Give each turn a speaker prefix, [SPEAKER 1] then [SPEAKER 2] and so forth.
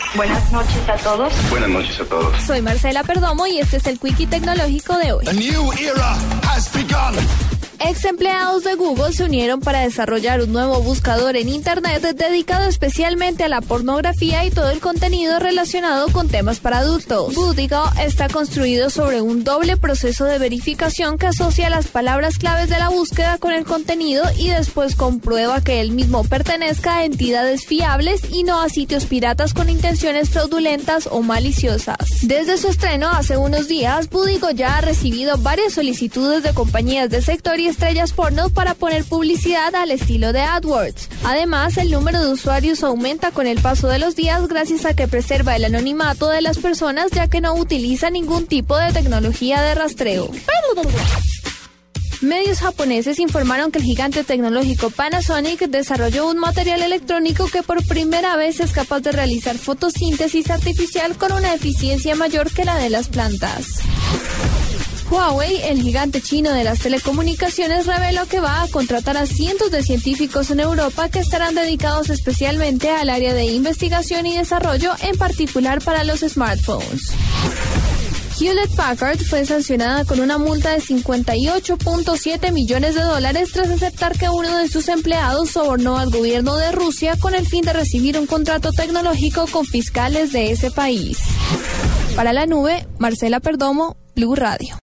[SPEAKER 1] Buenas noches a todos.
[SPEAKER 2] Buenas noches a todos.
[SPEAKER 3] Soy Marcela Perdomo y este es el Quickie Tecnológico de hoy.
[SPEAKER 4] A new era has begun.
[SPEAKER 3] Ex empleados de Google se unieron para desarrollar un nuevo buscador en Internet dedicado especialmente a la pornografía y todo el contenido relacionado con temas para adultos. Bootigo está construido sobre un doble proceso de verificación que asocia las palabras claves de la búsqueda con el contenido y después comprueba que el mismo pertenezca a entidades fiables y no a sitios piratas con intenciones fraudulentas o maliciosas. Desde su estreno hace unos días, Bootigo ya ha recibido varias solicitudes de compañías del sector y estrellas porno para poner publicidad al estilo de AdWords. Además, el número de usuarios aumenta con el paso de los días gracias a que preserva el anonimato de las personas, ya que no utiliza ningún tipo de tecnología de rastreo. Medios japoneses informaron que el gigante tecnológico Panasonic desarrolló un material electrónico que por primera vez es capaz de realizar fotosíntesis artificial con una eficiencia mayor que la de las plantas. Huawei, el gigante chino de las telecomunicaciones, reveló que va a contratar a cientos de científicos en Europa que estarán dedicados especialmente al área de investigación y desarrollo, en particular para los smartphones. Hewlett Packard fue sancionada con una multa de $58.7 millones tras aceptar que uno de sus empleados sobornó al gobierno de Rusia con el fin de recibir un contrato tecnológico con fiscales de ese país. Para la nube, Marcela Perdomo, Blue Radio.